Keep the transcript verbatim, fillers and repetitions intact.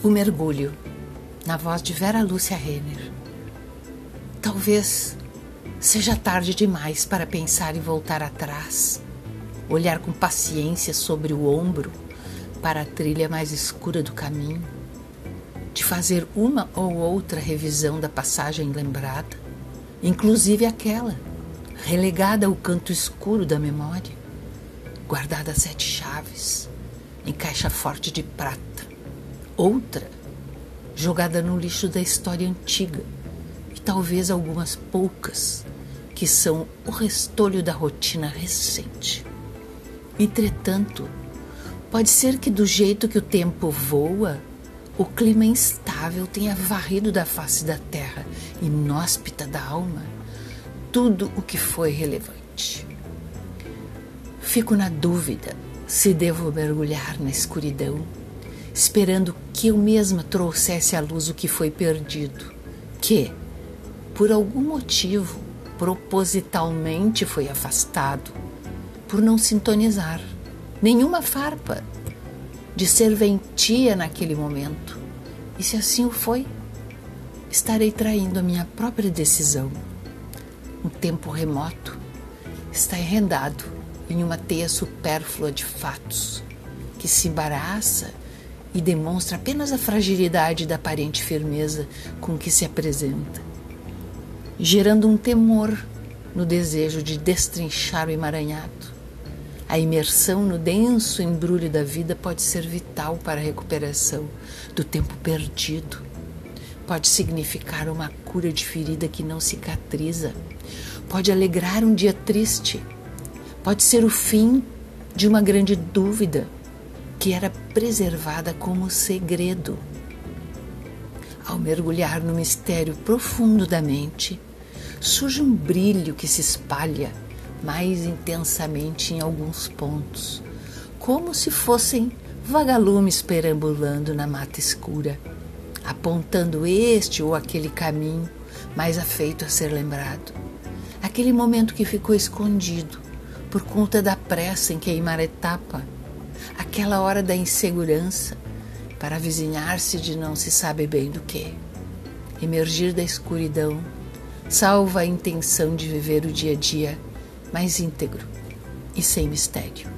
O mergulho, na voz de Vera Lúcia Renner. Talvez seja tarde demais para pensar em voltar atrás, olhar com paciência sobre o ombro para a trilha mais escura do caminho, de fazer uma ou outra revisão da passagem lembrada, inclusive aquela, relegada ao canto escuro da memória, guardada a sete chaves, em caixa forte de prata. Outra, jogada no lixo da história antiga, e talvez algumas poucas, que são o restolho da rotina recente. Entretanto, pode ser que do jeito que o tempo voa, o clima instável tenha varrido da face da terra, inóspita da alma, tudo o que foi relevante. Fico na dúvida se devo mergulhar na escuridão, esperando que eu mesma trouxesse à luz o que foi perdido, que, por algum motivo, propositalmente foi afastado, por não sintonizar nenhuma farpa de serventia naquele momento. E se assim o foi, estarei traindo a minha própria decisão. Um tempo remoto está enredado em uma teia supérflua de fatos, que se embaraça e demonstra apenas a fragilidade da aparente firmeza com que se apresenta, gerando um temor no desejo de destrinchar o emaranhado. A imersão no denso embrulho da vida pode ser vital para a recuperação do tempo perdido. Pode significar uma cura de ferida que não cicatriza. Pode alegrar um dia triste. Pode ser o fim de uma grande dúvida que era preservada como segredo. Ao mergulhar no mistério profundo da mente, surge um brilho que se espalha mais intensamente em alguns pontos, como se fossem vagalumes perambulando na mata escura, apontando este ou aquele caminho mais afeito a ser lembrado. Aquele momento que ficou escondido por conta da pressa em queimar a etapa, aquela hora da insegurança para avizinhar-se de não se sabe bem do que. Emergir da escuridão salva a intenção de viver o dia a dia mais íntegro e sem mistério.